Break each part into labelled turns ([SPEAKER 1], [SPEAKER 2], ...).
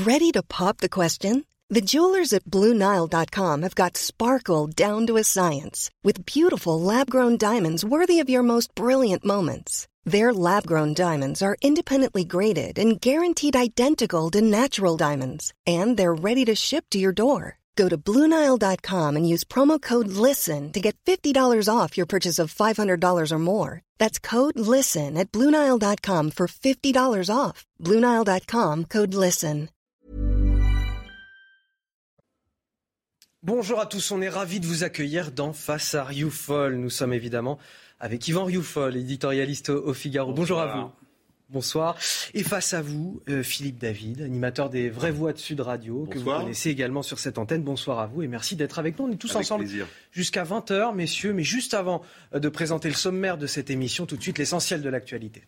[SPEAKER 1] Ready to pop the question? The jewelers at BlueNile.com have got sparkle down to a science with beautiful lab-grown diamonds worthy of your most brilliant moments. Their lab-grown diamonds are independently graded and guaranteed identical to natural diamonds, and they're ready to ship to your door. Go to BlueNile.com and use promo code LISTEN to get $50 off your purchase of $500 or more. That's code LISTEN at BlueNile.com for $50 off. BlueNile.com, code LISTEN.
[SPEAKER 2] Bonjour à tous, on est ravis de vous accueillir dans Face à Rioufol. Nous sommes évidemment avec Yvan Rioufol, éditorialiste au Figaro. Bonjour à vous. Bonsoir. Et face à vous, Philippe David, animateur des Vraies Voix de Sud Radio, que vous connaissez également sur cette antenne. Bonsoir à vous et merci d'être avec nous. On est tous ensemble jusqu'à 20h, messieurs. Mais juste avant de présenter le sommaire de cette émission, tout de suite l'essentiel de l'actualité.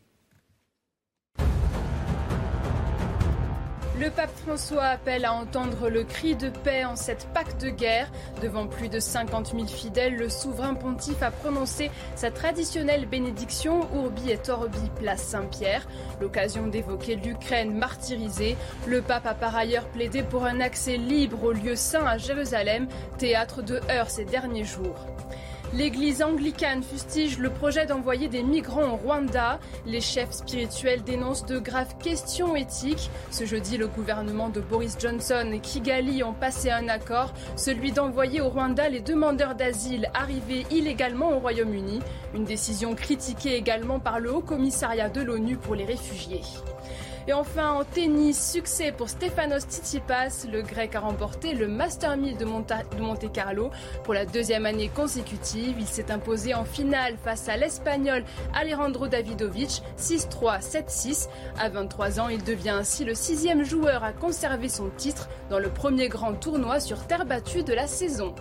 [SPEAKER 3] Le pape François appelle à entendre le cri de paix en cette Pâque de guerre. Devant plus de 50 000 fidèles, le souverain pontife a prononcé sa traditionnelle bénédiction Urbi et Orbi, place Saint-Pierre. L'occasion d'évoquer l'Ukraine martyrisée. Le pape a par ailleurs plaidé pour un accès libre au lieu saint à Jérusalem, théâtre de heurts ces derniers jours. L'église anglicane fustige le projet d'envoyer des migrants au Rwanda. Les chefs spirituels dénoncent de graves questions éthiques. Ce jeudi, le gouvernement de Boris Johnson et Kigali ont passé un accord, celui d'envoyer au Rwanda les demandeurs d'asile arrivés illégalement au Royaume-Uni. Une décision critiquée également par le Haut-Commissariat de l'ONU pour les réfugiés. Et enfin, en tennis, succès pour Stefanos Tsitsipas. Le Grec a remporté le Master 1000 de Monte-Carlo pour la deuxième année consécutive. Il s'est imposé en finale face à l'Espagnol Alejandro Davidovich, 6-3, 7-6. À 23 ans, il devient ainsi le 6e joueur à conserver son titre dans le premier grand tournoi sur terre battue de la saison.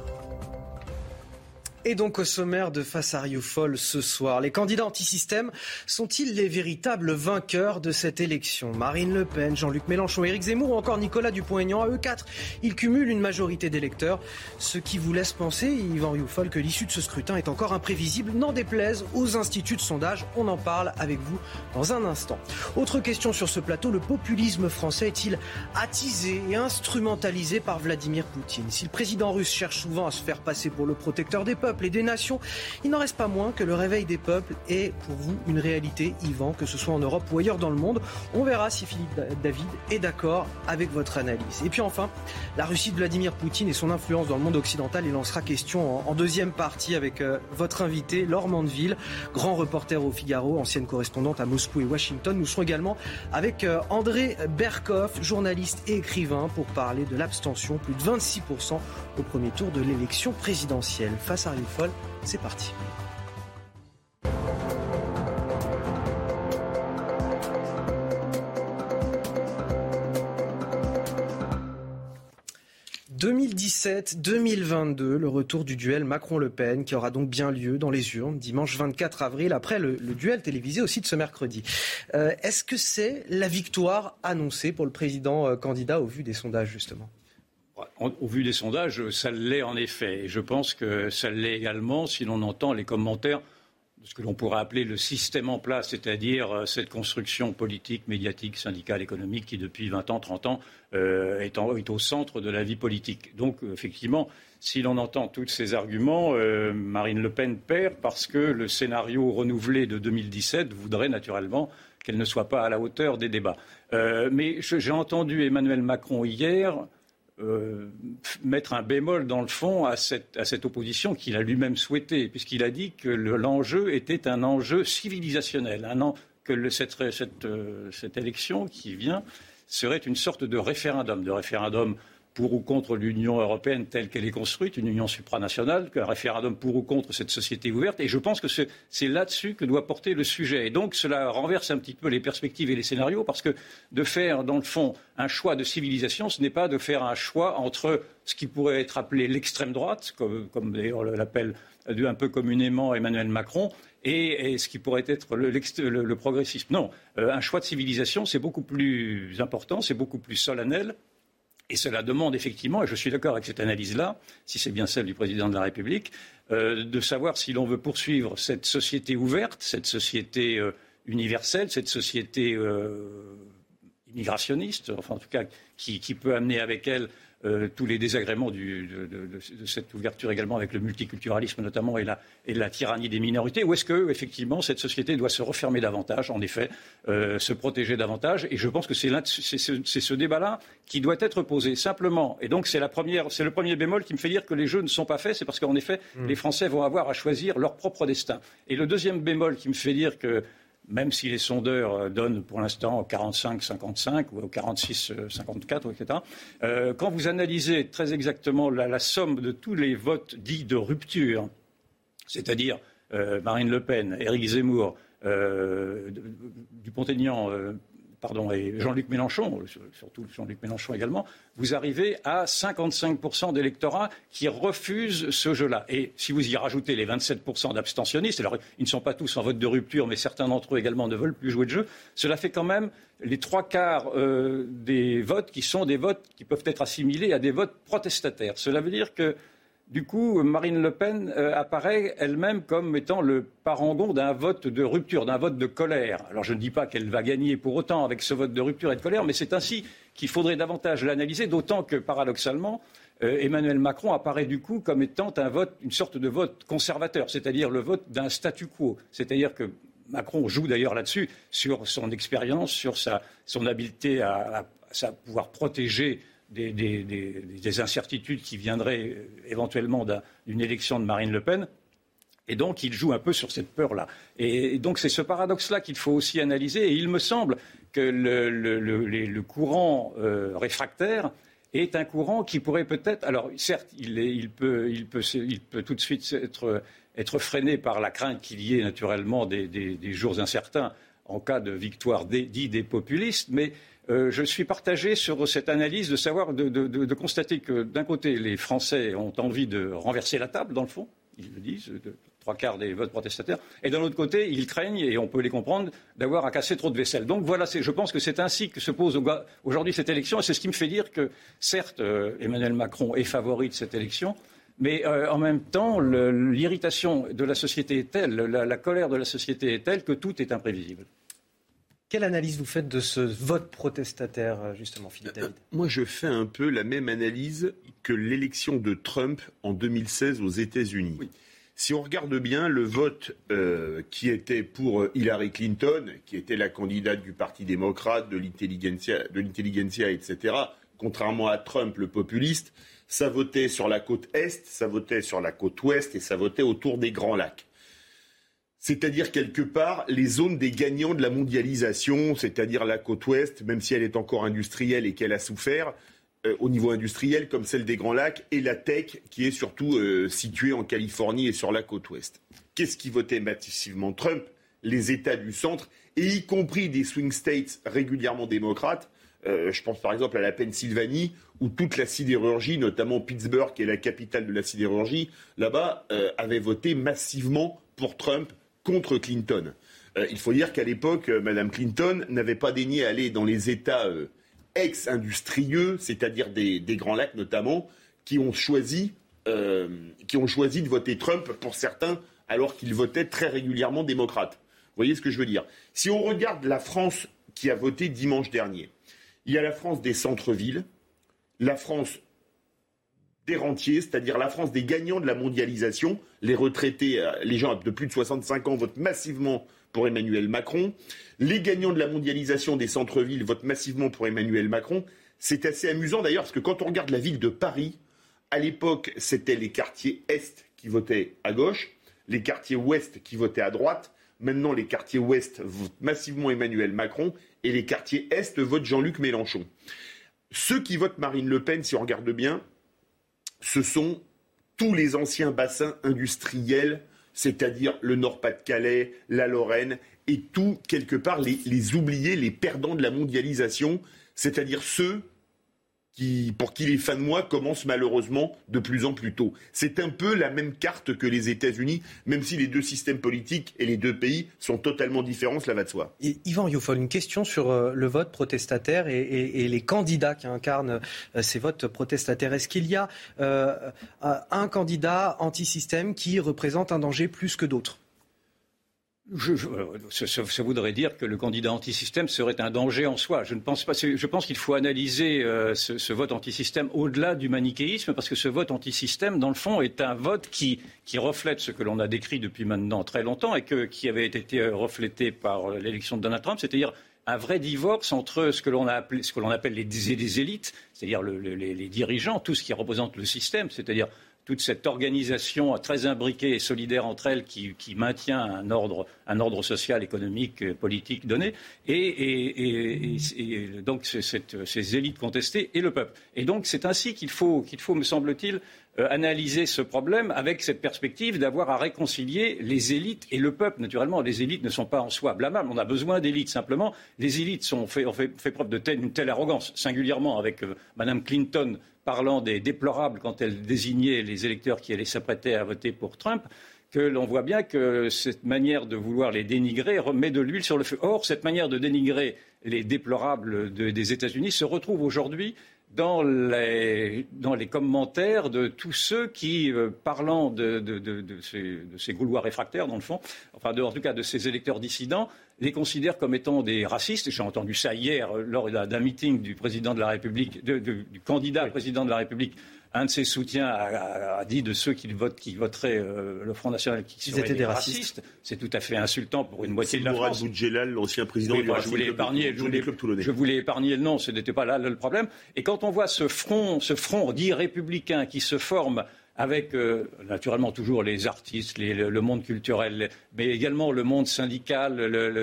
[SPEAKER 2] Et donc au sommaire de Face à Rioufol ce soir, les candidats anti-système sont-ils les véritables vainqueurs de cette élection ? Marine Le Pen, Jean-Luc Mélenchon, Éric Zemmour ou encore Nicolas Dupont-Aignan, à eux quatre, ils cumulent une majorité d'électeurs, ce qui vous laisse penser, Yvan Rioufol, que l'issue de ce scrutin est encore imprévisible, n'en déplaise aux instituts de sondage. On en parle avec vous dans un instant. Autre question sur ce plateau, le populisme français est-il attisé et instrumentalisé par Vladimir Poutine ? Si le président russe cherche souvent à se faire passer pour le protecteur des peuples et des nations, il n'en reste pas moins que le réveil des peuples est pour vous une réalité, Yvan, que ce soit en Europe ou ailleurs dans le monde. On verra si Philippe David est d'accord avec votre analyse. Et puis enfin, la Russie de Vladimir Poutine et son influence dans le monde occidental, il en sera question en deuxième partie avec votre invité, Laure Mandeville, grand reporter au Figaro, ancienne correspondante à Moscou et Washington. Nous serons également avec André Berkoff, journaliste et écrivain, pour parler de l'abstention, plus de 26% au premier tour de l'élection présidentielle. Face à Rioufol, c'est parti. « 2017-2022, le retour du duel Macron-Le Pen qui aura donc bien lieu dans les urnes dimanche 24 avril, après le duel télévisé aussi de ce mercredi. Est-ce que c'est la victoire annoncée pour le président candidat au vu des sondages justement ?
[SPEAKER 4] Au vu des sondages, ça l'est en effet. Et je pense que ça l'est également si l'on entend les commentaires de ce que l'on pourrait appeler le système en place, c'est-à-dire cette construction politique, médiatique, syndicale, économique qui depuis 20 ans, 30 ans est au centre de la vie politique. Donc effectivement, si l'on entend tous ces arguments, Marine Le Pen perd parce que le scénario renouvelé de 2017 voudrait naturellement qu'elle ne soit pas à la hauteur des débats. Mais j'ai entendu Emmanuel Macron hier mettre un bémol dans le fond à cette opposition qu'il a lui-même souhaité, puisqu'il a dit que l'enjeu était un enjeu civilisationnel, que cette élection qui vient serait une sorte de référendum pour ou contre l'Union européenne telle qu'elle est construite, une union supranationale, qu'un référendum pour ou contre cette société ouverte. Et je pense que c'est là-dessus que doit porter le sujet. Et donc cela renverse un petit peu les perspectives et les scénarios, parce que de faire, dans le fond, un choix de civilisation, ce n'est pas de faire un choix entre ce qui pourrait être appelé l'extrême droite, comme d'ailleurs l'appelle un peu communément Emmanuel Macron, et ce qui pourrait être le progressisme. Non, un choix de civilisation, c'est beaucoup plus important, c'est beaucoup plus solennel. Et cela demande effectivement, et je suis d'accord avec cette analyse-là, si c'est bien celle du président de la République, de savoir si l'on veut poursuivre cette société ouverte, cette société universelle, cette société immigrationniste, enfin en tout cas qui peut amener avec elle tous les désagréments de cette ouverture également avec le multiculturalisme notamment et la tyrannie des minorités, ou est-ce que effectivement cette société doit se refermer davantage, en effet, se protéger davantage? Et je pense que c'est ce débat-là qui doit être posé simplement. Et donc c'est le premier bémol qui me fait dire que les jeux ne sont pas faits, c'est parce qu'en effet les Français vont avoir à choisir leur propre destin. Et le deuxième bémol qui me fait dire que même si les sondeurs donnent pour l'instant 45-55 ou 46-54, etc., quand vous analysez très exactement la somme de tous les votes dits de rupture, c'est-à-dire Marine Le Pen, Éric Zemmour, Dupont-Aignan, et Jean-Luc Mélenchon, surtout Jean-Luc Mélenchon également, vous arrivez à 55% d'électorat qui refusent ce jeu-là. Et si vous y rajoutez les 27% d'abstentionnistes, alors ils ne sont pas tous en vote de rupture, mais certains d'entre eux également ne veulent plus jouer de jeu, cela fait quand même les 3/4 des votes qui sont des votes qui peuvent être assimilés à des votes protestataires. Cela veut dire que du coup, Marine Le Pen apparaît elle-même comme étant le parangon d'un vote de rupture, d'un vote de colère. Alors je ne dis pas qu'elle va gagner pour autant avec ce vote de rupture et de colère, mais c'est ainsi qu'il faudrait davantage l'analyser, d'autant que, paradoxalement, Emmanuel Macron apparaît du coup comme étant une sorte de vote conservateur, c'est-à-dire le vote d'un statu quo. C'est-à-dire que Macron joue d'ailleurs là-dessus, sur son expérience, sur son habileté à pouvoir protéger des incertitudes qui viendraient éventuellement d'une élection de Marine Le Pen. Et donc, il joue un peu sur cette peur-là. Et donc, c'est ce paradoxe-là qu'il faut aussi analyser. Et il me semble que le courant réfractaire est un courant qui pourrait peut-être... Alors, certes, il peut tout de suite être freiné par la crainte qu'il y ait naturellement des jours incertains en cas de victoire dits des populistes, mais... je suis partagé sur cette analyse de constater que d'un côté les Français ont envie de renverser la table dans le fond, ils le disent, 3/4 des votes protestataires, et d'un autre côté ils craignent, et on peut les comprendre, d'avoir à casser trop de vaisselle. Donc voilà, je pense que c'est ainsi que se pose aujourd'hui cette élection, et c'est ce qui me fait dire que certes Emmanuel Macron est favori de cette élection, mais en même temps l'irritation de la société est telle, la colère de la société est telle que tout est imprévisible.
[SPEAKER 2] Quelle analyse vous faites de ce vote protestataire, justement, Philippe David ?
[SPEAKER 5] Moi, je fais un peu la même analyse que l'élection de Trump en 2016 aux États-Unis. Oui. Si on regarde bien le vote qui était pour Hillary Clinton, qui était la candidate du Parti démocrate, de l'intelligentsia, etc., contrairement à Trump, le populiste, ça votait sur la côte Est, ça votait sur la côte Ouest et ça votait autour des Grands Lacs. C'est-à-dire, quelque part, les zones des gagnants de la mondialisation, c'est-à-dire la côte ouest, même si elle est encore industrielle et qu'elle a souffert, au niveau industriel, comme celle des Grands Lacs, et la tech, qui est surtout située en Californie et sur la côte ouest. Qu'est-ce qui votait massivement Trump ? Les États du centre, et y compris des swing states régulièrement démocrates. Je pense par exemple à la Pennsylvanie, où toute la sidérurgie, notamment Pittsburgh, qui est la capitale de la sidérurgie, là-bas, avait voté massivement pour Trump, contre Clinton. Il faut dire qu'à l'époque, Mme Clinton n'avait pas daigné aller dans les États ex-industrieux, c'est-à-dire des Grands Lacs notamment, qui ont choisi de voter Trump pour certains, alors qu'ils votaient très régulièrement démocrates. Vous voyez ce que je veux dire ? Si on regarde la France qui a voté dimanche dernier, il y a la France des centres-villes, la France des rentiers, c'est-à-dire la France des gagnants de la mondialisation. Les retraités, les gens de plus de 65 ans votent massivement pour Emmanuel Macron. Les gagnants de la mondialisation des centres-villes votent massivement pour Emmanuel Macron. C'est assez amusant d'ailleurs, parce que quand on regarde la ville de Paris, à l'époque, c'était les quartiers Est qui votaient à gauche, les quartiers Ouest qui votaient à droite. Maintenant, les quartiers Ouest votent massivement Emmanuel Macron et les quartiers Est votent Jean-Luc Mélenchon. Ceux qui votent Marine Le Pen, si on regarde bien, ce sont tous les anciens bassins industriels, c'est-à-dire le Nord-Pas-de-Calais, la Lorraine, et tout, quelque part, les oubliés, les perdants de la mondialisation, c'est-à-dire ceux pour qui les fins de mois commencent malheureusement de plus en plus tôt. C'est un peu la même carte que les États-Unis, même si les deux systèmes politiques et les deux pays sont totalement différents, cela va de soi.
[SPEAKER 2] Yvan Rioufol, une question sur le vote protestataire et les candidats qui incarnent ces votes protestataires. Est-ce qu'il y a un candidat anti-système qui représente un danger plus que d'autres ?
[SPEAKER 4] Ça voudrait dire que le candidat anti-système serait un danger en soi. Je ne pense pas. Je pense qu'il faut analyser ce vote anti-système au-delà du manichéisme, parce que ce vote anti-système, dans le fond, est un vote qui reflète ce que l'on a décrit depuis maintenant très longtemps et qui avait été reflété par l'élection de Donald Trump, c'est-à-dire un vrai divorce entre ce que l'on appelle les élites, c'est-à-dire les dirigeants, tout ce qui représente le système, c'est-à-dire toute cette organisation très imbriquée et solidaire entre elles qui maintient un ordre social, économique, politique donné, et donc ces élites contestées et le peuple. Et donc c'est ainsi qu'il faut, me semble-t-il, analyser ce problème avec cette perspective d'avoir à réconcilier les élites et le peuple. Naturellement, les élites ne sont pas en soi blâmables. On a besoin d'élites, simplement. Les élites ont fait preuve d'une telle arrogance, singulièrement avec Mme Clinton parlant des déplorables quand elle désignait les électeurs qui allaient s'apprêter à voter pour Trump, que l'on voit bien que cette manière de vouloir les dénigrer remet de l'huile sur le feu. Or, cette manière de dénigrer les déplorables des États-Unis se retrouve aujourd'hui dans les commentaires de tous ceux qui, parlant de ces Gaulois réfractaires, dans le fond, en tout cas de ces électeurs dissidents, les considèrent comme étant des racistes. J'ai entendu ça hier lors d'un meeting du président de la République, du candidat président de la République. Un de ses soutiens a dit de ceux qui voteraient le Front National qui seraient des racistes. C'est tout à fait insultant pour une moitié de la France.
[SPEAKER 5] Mourad Boudjelal, l'ancien président du club toulonnais.
[SPEAKER 4] Je voulais épargner le nom, ce n'était pas là le problème. Et quand on voit ce front dit républicain qui se forme avec naturellement toujours les artistes, le monde culturel, mais également le monde syndical,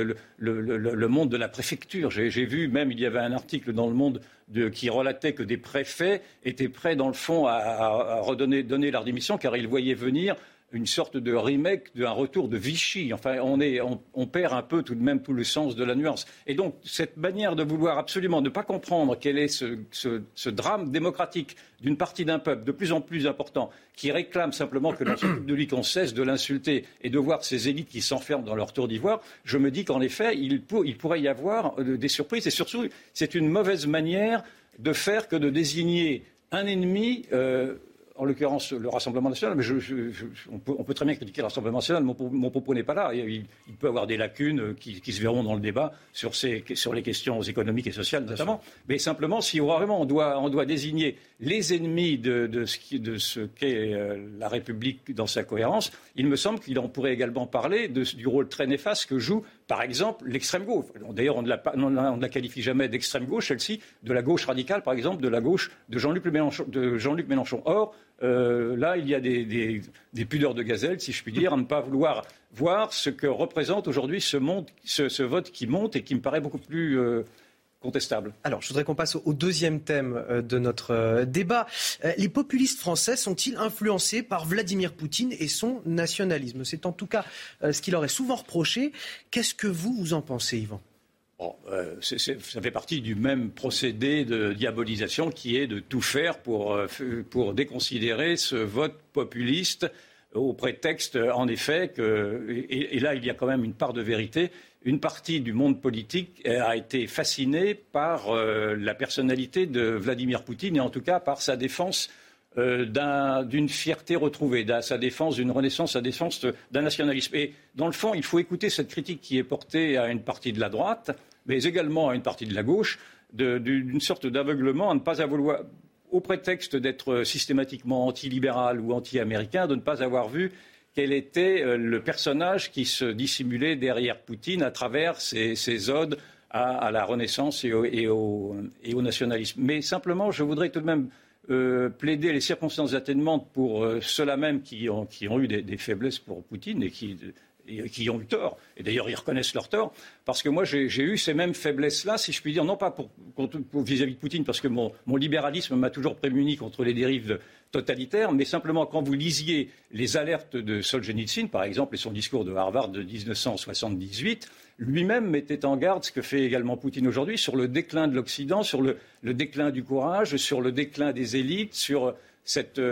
[SPEAKER 4] le monde de la préfecture. J'ai vu même, il y avait un article dans Le Monde qui relatait que des préfets étaient prêts, dans le fond, à donner leur démission, car ils voyaient venir une sorte de remake d'un retour de Vichy. Enfin, on perd un peu tout de même tout le sens de la nuance. Et donc, cette manière de vouloir absolument ne pas comprendre quel est ce drame démocratique d'une partie d'un peuple de plus en plus important, qui réclame simplement que l'on s'occupe de lui, qu'on cesse de l'insulter et de voir ces élites qui s'enferment dans leur tour d'ivoire, je me dis qu'en effet, il pourrait y avoir des surprises. Et surtout, c'est une mauvaise manière de faire que de désigner un ennemi... en l'occurrence le Rassemblement national, mais on peut très bien critiquer le Rassemblement national, mon propos n'est pas là. Il peut y avoir des lacunes qui se verront dans le débat sur les questions économiques et sociales notamment. Mais simplement, si vraiment on doit désigner les ennemis de ce qu'est la République dans sa cohérence, il me semble qu'on pourrait également parler du rôle très néfaste que joue, par exemple, l'extrême gauche. D'ailleurs, on ne la qualifie jamais d'extrême gauche, celle-ci, de la gauche radicale, par exemple, de la gauche de Jean-Luc Mélenchon. Or, là, il y a des pudeurs de gazelle, si je puis dire, à ne pas vouloir voir ce que représente aujourd'hui ce vote qui monte et qui me paraît beaucoup plus contestable.
[SPEAKER 2] Alors, je voudrais qu'on passe au deuxième thème de notre débat. Les populistes français sont-ils influencés par Vladimir Poutine et son nationalisme ? C'est en tout cas ce qu'il leur est souvent reproché. Qu'est-ce que vous en pensez, Yvan ?
[SPEAKER 4] Bon, ça fait partie du même procédé de diabolisation qui est de tout faire pour déconsidérer ce vote populiste au prétexte, en effet, et là il y a quand même une part de vérité, une partie du monde politique a été fascinée par la personnalité de Vladimir Poutine et en tout cas par sa défense d'une fierté retrouvée, sa défense d'une renaissance, sa défense d'un nationalisme. Et dans le fond, il faut écouter cette critique qui est portée à une partie de la droite, mais également à une partie de la gauche, d'une sorte d'aveuglement à ne pas vouloir, au prétexte d'être systématiquement anti-libéral ou anti-américain, de ne pas avoir vu quel était le personnage qui se dissimulait derrière Poutine à travers ses odes à la Renaissance et au nationalisme. Mais simplement, je voudrais tout de même plaider les circonstances atténuantes pour ceux-là même qui ont eu des faiblesses pour Poutine et qui ont eu tort. Et d'ailleurs, ils reconnaissent leur tort. Parce que moi, j'ai eu ces mêmes faiblesses-là, si je puis dire, non pas pour vis-à-vis de Poutine, parce que mon libéralisme m'a toujours prémuni contre les dérives totalitaires, mais simplement quand vous lisiez les alertes de Solzhenitsyn, par exemple, et son discours de Harvard de 1978, lui-même mettait en garde ce que fait également Poutine aujourd'hui sur le déclin de l'Occident, sur le déclin du courage, sur le déclin des élites, sur cette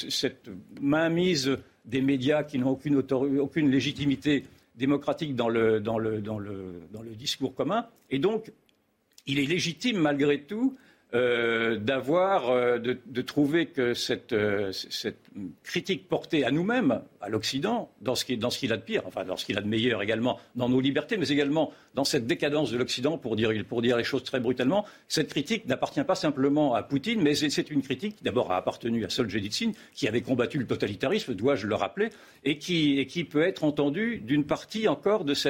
[SPEAKER 4] mainmise des médias qui n'ont aucune légitimité démocratique dans le discours commun. Et donc, il est légitime, malgré tout, de trouver que cette critique portée à nous-mêmes, à l'Occident, dans ce qu'il a de pire, enfin dans ce qu'il a de meilleur également, dans nos libertés, mais également dans cette décadence de l'Occident, pour dire les choses très brutalement, cette critique n'appartient pas simplement à Poutine, mais c'est une critique qui d'abord a appartenu à Solzhenitsyn, qui avait combattu le totalitarisme, dois-je le rappeler, et qui peut être entendue d'une partie encore de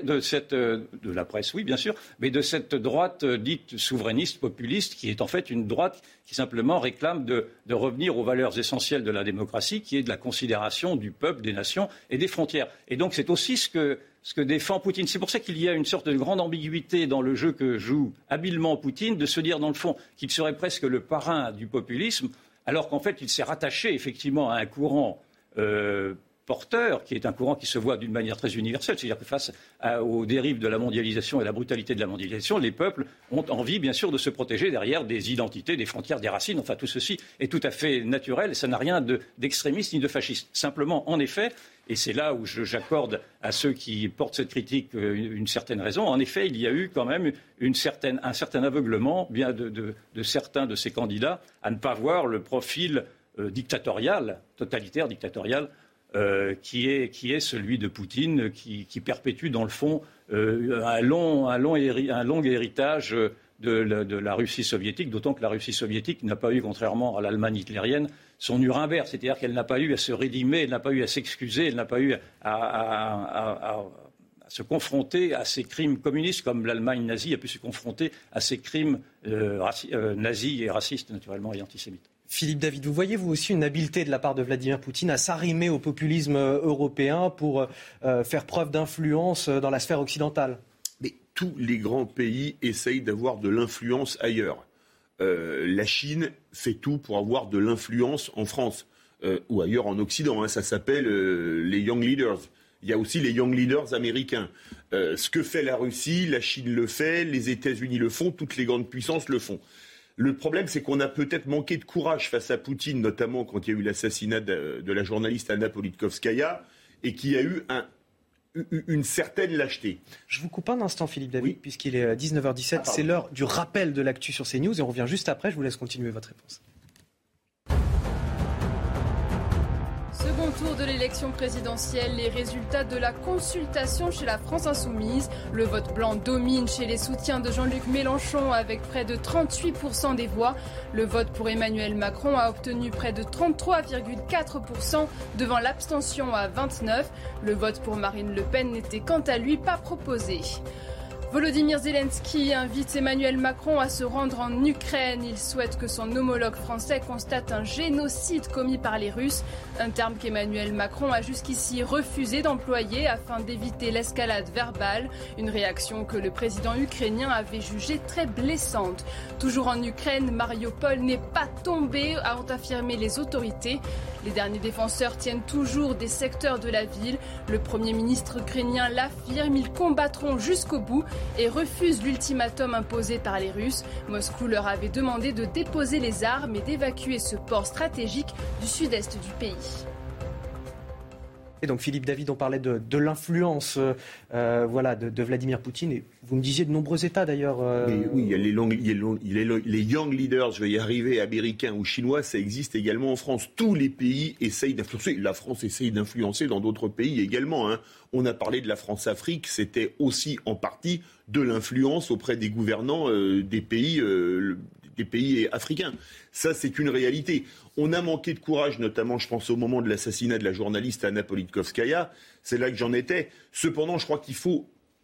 [SPEAKER 4] la presse, oui bien sûr, mais de cette droite dite souverainiste, populiste, qui est en fait une droite qui simplement réclame de revenir aux valeurs essentielles de la démocratie, qui est de la considération du peuple, des nations et des frontières. Et donc c'est aussi ce que défend Poutine. C'est pour ça qu'il y a une sorte de grande ambiguïté dans le jeu que joue habilement Poutine, de se dire dans le fond qu'il serait presque le parrain du populisme, alors qu'en fait il s'est rattaché effectivement à un courant porteur, qui est un courant qui se voit d'une manière très universelle. C'est-à-dire que face aux dérives de la mondialisation et la brutalité de la mondialisation, les peuples ont envie, bien sûr, de se protéger derrière des identités, des frontières, des racines. Enfin, tout ceci est tout à fait naturel et ça n'a rien d'extrémiste ni de fasciste. Simplement, en effet, et c'est là où j'accorde à ceux qui portent cette critique une certaine raison, en effet, il y a eu quand même un certain aveuglement bien de certains de ces candidats à ne pas voir le profil totalitaire, dictatorial, qui est celui de Poutine, qui perpétue dans le fond un long héritage de la Russie soviétique, d'autant que la Russie soviétique n'a pas eu, contrairement à l'Allemagne hitlérienne, son Nuremberg, c'est-à-dire qu'elle n'a pas eu à se rédimer, elle n'a pas eu à s'excuser, elle n'a pas eu à se confronter à ces crimes communistes, comme l'Allemagne nazie a pu se confronter à ces crimes nazis et racistes, naturellement, et antisémites.
[SPEAKER 2] Philippe David, vous voyez vous aussi une habileté de la part de Vladimir Poutine à s'arrimer au populisme européen pour faire preuve d'influence dans la sphère occidentale ?
[SPEAKER 5] Mais tous les grands pays essayent d'avoir de l'influence ailleurs. La Chine fait tout pour avoir de l'influence en France ou ailleurs en Occident. Ça s'appelle les Young Leaders. Il y a aussi les Young Leaders américains. Ce que fait la Russie, la Chine le fait, les États-Unis le font, toutes les grandes puissances le font. Le problème, c'est qu'on a peut-être manqué de courage face à Poutine, notamment quand il y a eu l'assassinat de la journaliste Anna Politkovskaya, et qu'il y a eu une certaine lâcheté.
[SPEAKER 2] Je vous coupe un instant, Philippe David,
[SPEAKER 5] oui.
[SPEAKER 2] Puisqu'il est 19h17. C'est l'heure du rappel de l'actu sur CNews, et on revient juste après. Je vous laisse continuer votre réponse.
[SPEAKER 3] Second tour de l'élection présidentielle, les résultats de la consultation chez la France Insoumise. Le vote blanc domine chez les soutiens de Jean-Luc Mélenchon avec près de 38% des voix. Le vote pour Emmanuel Macron a obtenu près de 33,4% devant l'abstention à 29%. Le vote pour Marine Le Pen n'était quant à lui pas proposé. Volodymyr Zelensky invite Emmanuel Macron à se rendre en Ukraine. Il souhaite que son homologue français constate un génocide commis par les Russes, un terme qu'Emmanuel Macron a jusqu'ici refusé d'employer afin d'éviter l'escalade verbale, une réaction que le président ukrainien avait jugée très blessante. Toujours en Ukraine, Mariupol n'est pas tombé, ont affirmé les autorités. Les derniers défenseurs tiennent toujours des secteurs de la ville. Le Premier ministre ukrainien l'affirme, ils combattront jusqu'au bout et refusent l'ultimatum imposé par les Russes. Moscou leur avait demandé de déposer les armes et d'évacuer ce port stratégique du sud-est du pays.
[SPEAKER 2] Et donc Philippe David, on parlait de l'influence de Vladimir Poutine. Et vous me disiez de nombreux États d'ailleurs.
[SPEAKER 5] Oui, il y a les Young Leaders, je vais y arriver, américains ou chinois, ça existe également en France. Tous les pays essayent d'influencer. La France essaye d'influencer dans d'autres pays également. On a parlé de la France-Afrique, c'était aussi en partie de l'influence auprès des gouvernants des pays africains. Ça, c'est une réalité. On a manqué de courage, notamment, je pense, au moment de l'assassinat de la journaliste Anna Politkovskaya. C'est là que j'en étais. Cependant, je crois qu'il faut...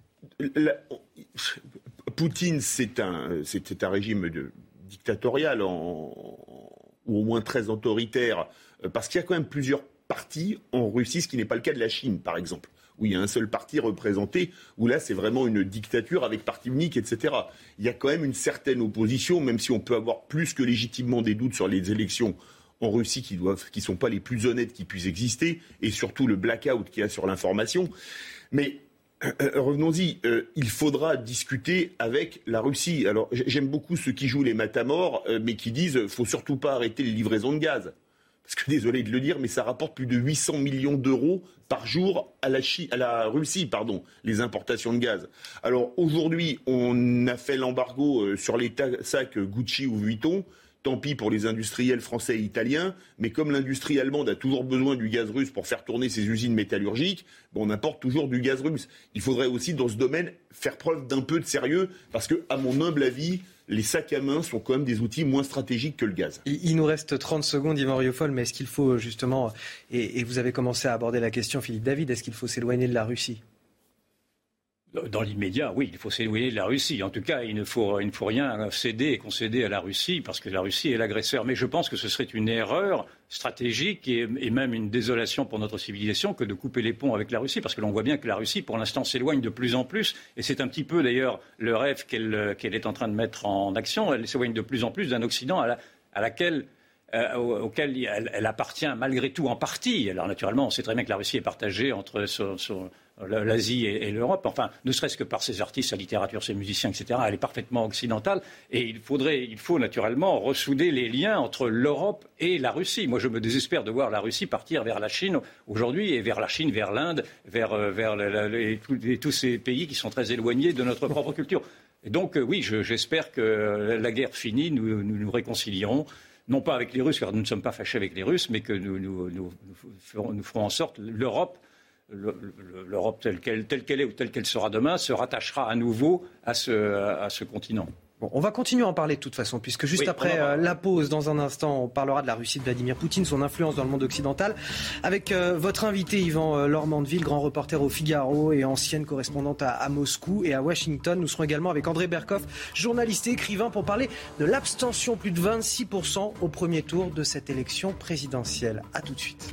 [SPEAKER 5] Poutine, c'est un régime dictatorial ou au moins très autoritaire, parce qu'il y a quand même plusieurs partis en Russie, ce qui n'est pas le cas de la Chine, par exemple, où il y a un seul parti représenté, où là, c'est vraiment une dictature avec parti unique, etc. Il y a quand même une certaine opposition, même si on peut avoir plus que légitimement des doutes sur les élections en Russie qui sont pas les plus honnêtes qui puissent exister, et surtout le blackout qu'il y a sur l'information. Mais revenons-y, il faudra discuter avec la Russie. Alors, j'aime beaucoup ceux qui jouent les matamores, mais qui disent faut surtout pas arrêter les livraisons de gaz. parce que désolé de le dire, mais ça rapporte plus de 800 millions d'euros par jour à la Russie, les importations de gaz. Alors aujourd'hui, on a fait l'embargo sur les sacs Gucci ou Vuitton. Tant pis pour les industriels français et italiens, mais comme l'industrie allemande a toujours besoin du gaz russe pour faire tourner ses usines métallurgiques, on importe toujours du gaz russe. Il faudrait aussi, dans ce domaine, faire preuve d'un peu de sérieux, parce que, à mon humble avis, les sacs à main sont quand même des outils moins stratégiques que le gaz.
[SPEAKER 2] Il nous reste 30 secondes, Yvan Rieufol, mais est-ce qu'il faut justement, et vous avez commencé à aborder la question, Philippe David, est-ce qu'il faut s'éloigner de la Russie ?
[SPEAKER 4] Dans l'immédiat, oui, il faut s'éloigner de la Russie. En tout cas, il ne faut rien céder et concéder à la Russie, parce que la Russie est l'agresseur. Mais je pense que ce serait une erreur stratégique et même une désolation pour notre civilisation que de couper les ponts avec la Russie, parce que l'on voit bien que la Russie, pour l'instant, s'éloigne de plus en plus. Et c'est un petit peu, d'ailleurs, le rêve qu'elle est en train de mettre en action. Elle s'éloigne de plus en plus d'un Occident auquel elle appartient malgré tout en partie. Alors naturellement, on sait très bien que la Russie est partagée entre l'Asie et l'Europe, enfin, ne serait-ce que par ses artistes, sa littérature, ses musiciens, etc. Elle est parfaitement occidentale et il faut naturellement ressouder les liens entre l'Europe et la Russie. Moi, je me désespère de voir la Russie partir vers la Chine aujourd'hui et vers la Chine, vers l'Inde, vers tous ces pays qui sont très éloignés de notre propre culture. Et donc, oui, j'espère que la guerre finie, nous réconcilierons. Non pas avec les Russes, car nous ne sommes pas fâchés avec les Russes, mais que nous ferons en sorte l'Europe telle qu'elle est ou telle qu'elle sera demain, se rattachera à nouveau à ce continent.
[SPEAKER 2] Bon, on va continuer à en parler de toute façon, puisque juste après la pause, dans un instant, on parlera de la Russie de Vladimir Poutine, son influence dans le monde occidental, avec votre invité Yvan Lormandeville, grand reporter au Figaro et ancienne correspondante à Moscou et à Washington. Nous serons également avec André Berkoff, journaliste et écrivain, pour parler de l'abstention, plus de 26% au premier tour de cette élection présidentielle. A tout de suite.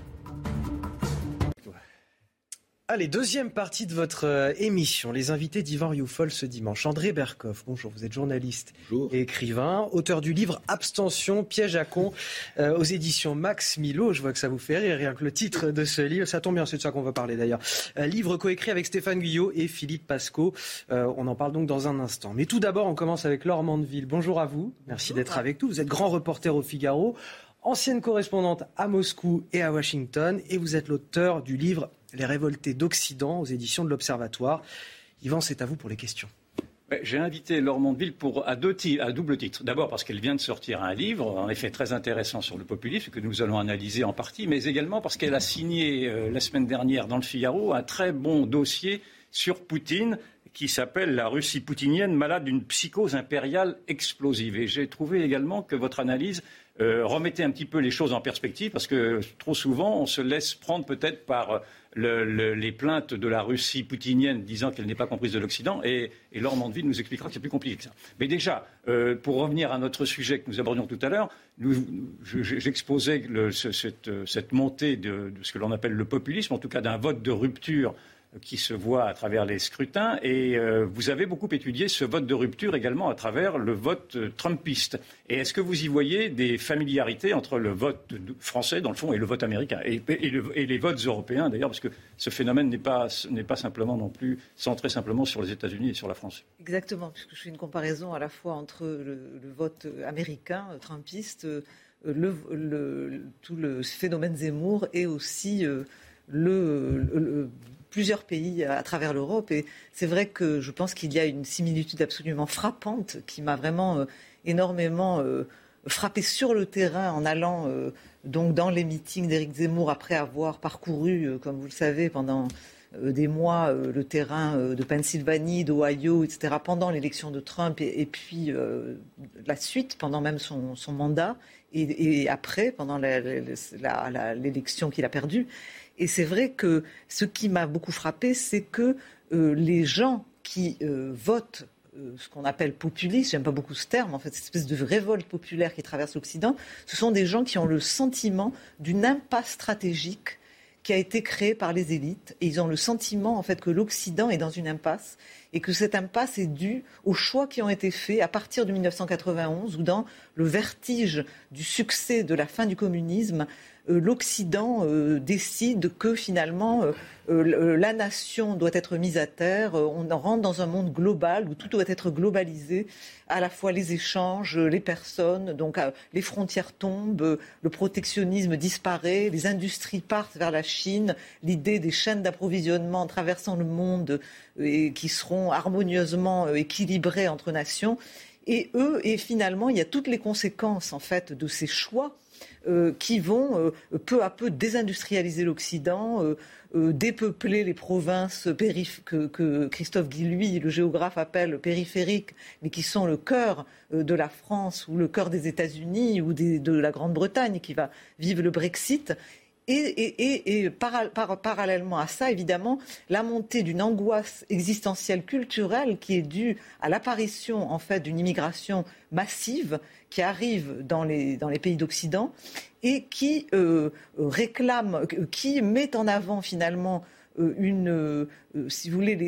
[SPEAKER 2] Allez, deuxième partie de votre émission, les invités d'Yvan Rieufol ce dimanche. André Berkoff, bonjour, vous êtes journaliste et écrivain, auteur du livre Abstention, piège à con, aux éditions Max Milo. Je vois que ça vous fait rire, rien que le titre de ce livre. Ça tombe bien, c'est de ça qu'on va parler d'ailleurs. Livre coécrit avec Stéphane Guyot et Philippe Pascot. On en parle donc dans un instant. Mais tout d'abord, on commence avec Laure Mandeville. Bonjour à vous, merci d'être avec nous. Vous êtes grand reporter au Figaro, ancienne correspondante à Moscou et à Washington, et vous êtes l'auteur du livre Les révoltés d'Occident aux éditions de l'Observatoire. Yvan, c'est à vous pour les questions.
[SPEAKER 4] J'ai invité Laure Mandeville à double titre. D'abord parce qu'elle vient de sortir un livre, en effet très intéressant sur le populisme, que nous allons analyser en partie, mais également parce qu'elle a signé la semaine dernière dans le Figaro un très bon dossier sur Poutine qui s'appelle « La Russie poutinienne, malade d'une psychose impériale explosive ». Et j'ai trouvé également que votre analyse remettait un petit peu les choses en perspective, parce que trop souvent, on se laisse prendre peut-être par les plaintes de la Russie poutinienne disant qu'elle n'est pas comprise de l'Occident, et Laure Mandeville nous expliquera que c'est plus compliqué que ça. Mais déjà, pour revenir à notre sujet que nous abordions tout à l'heure, j'exposais cette montée de ce que l'on appelle le populisme, en tout cas d'un vote de rupture qui se voit à travers les scrutins, et vous avez beaucoup étudié ce vote de rupture également à travers le vote trumpiste. Et est-ce que vous y voyez des familiarités entre le vote français, dans le fond, et le vote américain, et les votes européens d'ailleurs, parce que ce phénomène n'est pas simplement non plus centré simplement sur les États-Unis et sur la France.
[SPEAKER 6] Exactement, puisque je fais une comparaison à la fois entre le vote américain, trumpiste, tout le phénomène Zemmour, et aussi plusieurs pays à travers l'Europe. Et c'est vrai que je pense qu'il y a une similitude absolument frappante qui m'a vraiment énormément frappé sur le terrain en allant donc dans les meetings d'Éric Zemmour après avoir parcouru, comme vous le savez, pendant des mois le terrain de Pennsylvanie, d'Ohio, etc., pendant l'élection de Trump et puis la suite, pendant même son mandat, et après, pendant l'élection qu'il a perdue. Et c'est vrai que ce qui m'a beaucoup frappé, c'est que les gens qui votent ce qu'on appelle populiste, j'aime pas beaucoup ce terme, en fait, cette espèce de révolte populaire qui traverse l'Occident, ce sont des gens qui ont le sentiment d'une impasse stratégique qui a été créée par les élites. Et ils ont le sentiment, en fait, que l'Occident est dans une impasse et que cette impasse est due aux choix qui ont été faits à partir de 1991 ou dans le vertige du succès de la fin du communisme, l'Occident décide que finalement la nation doit être mise à terre. On rentre dans un monde global où tout doit être globalisé, à la fois les échanges, les personnes, donc les frontières tombent, le protectionnisme disparaît, les industries partent vers la Chine, l'idée des chaînes d'approvisionnement traversant le monde et qui seront harmonieusement équilibrées entre nations. Et finalement, il y a toutes les conséquences en fait de ces choix qui vont peu à peu désindustrialiser l'Occident, dépeupler les provinces que Christophe Guilluy, le géographe, appelle périphériques, mais qui sont le cœur de la France ou le cœur des États-Unis ou de la Grande-Bretagne qui va vivre le Brexit. Et parallèlement à ça, évidemment, la montée d'une angoisse existentielle culturelle qui est due à l'apparition en fait d'une immigration massive qui arrive dans les pays d'Occident et qui réclame, qui met en avant finalement si vous voulez,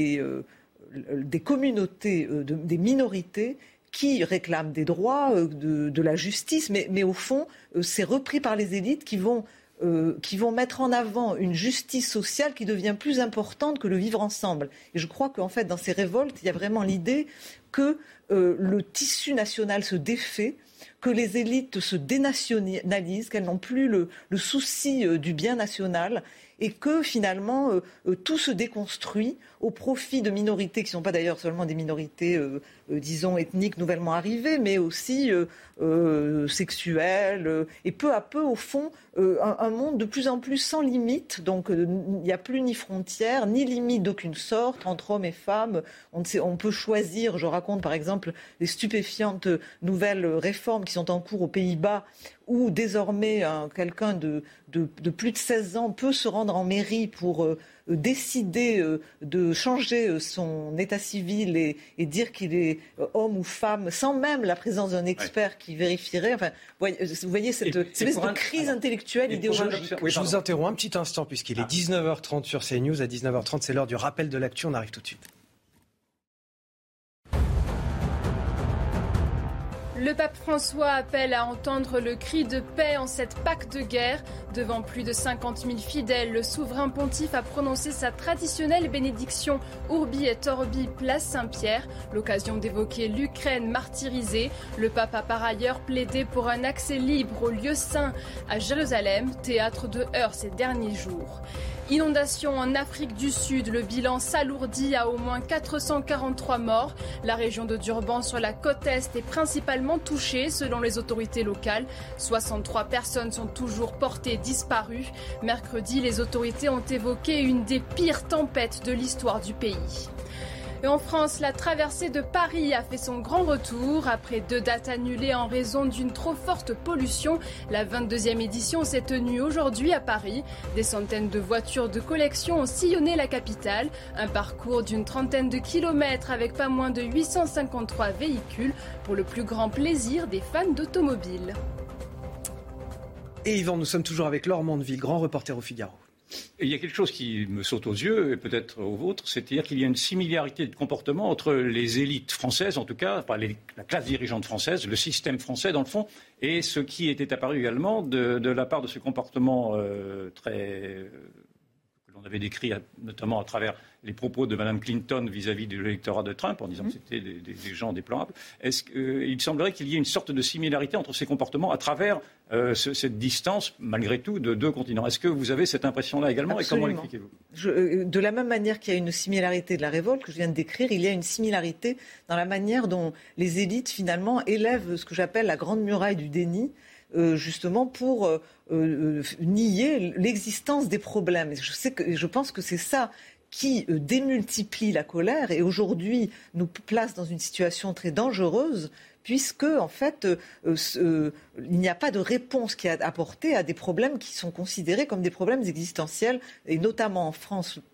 [SPEAKER 6] des communautés, des minorités qui réclament des droits, de la justice, mais au fond, c'est repris par les élites qui vont mettre en avant une justice sociale qui devient plus importante que le vivre ensemble. Et je crois qu'en fait, dans ces révoltes, il y a vraiment l'idée que le tissu national se défait, que les élites se dénationalisent, qu'elles n'ont plus le souci du bien national et que finalement tout se déconstruit au profit de minorités qui ne sont pas d'ailleurs seulement des minorités, disons, ethniques nouvellement arrivées, mais aussi sexuelles. Et peu à peu, au fond, un monde de plus en plus sans limite. Donc il n'y a plus ni frontières, ni limite d'aucune sorte entre hommes et femmes. On peut choisir, je raconte par exemple les stupéfiantes nouvelles réformes qui sont en cours aux Pays-Bas, où désormais quelqu'un de plus de 16 ans peut se rendre en mairie pour décider de changer son état civil et dire qu'il est homme ou femme, sans même la présence d'un expert qui vérifierait. Enfin, vous voyez cette espèce de crise intellectuelle, idéologique.
[SPEAKER 2] Je vous interromps un petit instant, puisqu'il est 19h30 sur CNews. À 19h30, c'est l'heure du rappel de l'actu. On arrive tout de suite.
[SPEAKER 3] Le pape François appelle à entendre le cri de paix en cette Pâque de guerre. Devant plus de 50 000 fidèles, le souverain pontife a prononcé sa traditionnelle bénédiction Urbi et Orbi, place Saint-Pierre, l'occasion d'évoquer l'Ukraine martyrisée. Le pape a par ailleurs plaidé pour un accès libre au lieu saint à Jérusalem, théâtre de heurts ces derniers jours. Inondation en Afrique du Sud, le bilan s'alourdit à au moins 443 morts. La région de Durban sur la côte est est principalement touchée selon les autorités locales. 63 personnes sont toujours portées disparues. Mercredi, les autorités ont évoqué une des pires tempêtes de l'histoire du pays. Et en France, la traversée de Paris a fait son grand retour. Après 2 dates annulées en raison d'une trop forte pollution, la 22e édition s'est tenue aujourd'hui à Paris. Des centaines de voitures de collection ont sillonné la capitale. Un parcours d'une trentaine de kilomètres avec pas moins de 853 véhicules pour le plus grand plaisir des fans d'automobiles.
[SPEAKER 2] Et Yvan, nous sommes toujours avec Laure Mandeville, grand reporter au Figaro.
[SPEAKER 4] Et il y a quelque chose qui me saute aux yeux, et peut-être aux vôtres, c'est-à-dire qu'il y a une similarité de comportement entre les élites françaises, en tout cas, enfin la classe dirigeante française, le système français dans le fond, et ce qui était apparu également de la part de ce comportement que l'on avait décrit notamment à travers les propos de Mme Clinton vis-à-vis de l'électorat de Trump, en disant que c'était des gens déplorables. Il semblerait qu'il y ait une sorte de similarité entre ces comportements à travers cette distance, malgré tout, de 2 continents. Est-ce que vous avez cette impression-là également?
[SPEAKER 6] Absolument.
[SPEAKER 4] Et comment l'expliquez-vous?
[SPEAKER 6] De la même manière qu'il y a une similarité de la révolte que je viens de décrire, il y a une similarité dans la manière dont les élites, finalement, élèvent ce que j'appelle la grande muraille du déni, justement pour nier l'existence des problèmes. Je pense que c'est ça qui démultiplie la colère et aujourd'hui nous place dans une situation très dangereuse puisque, en fait, il n'y a pas de réponse qui est apportée à des problèmes qui sont considérés comme des problèmes existentiels, et notamment en France,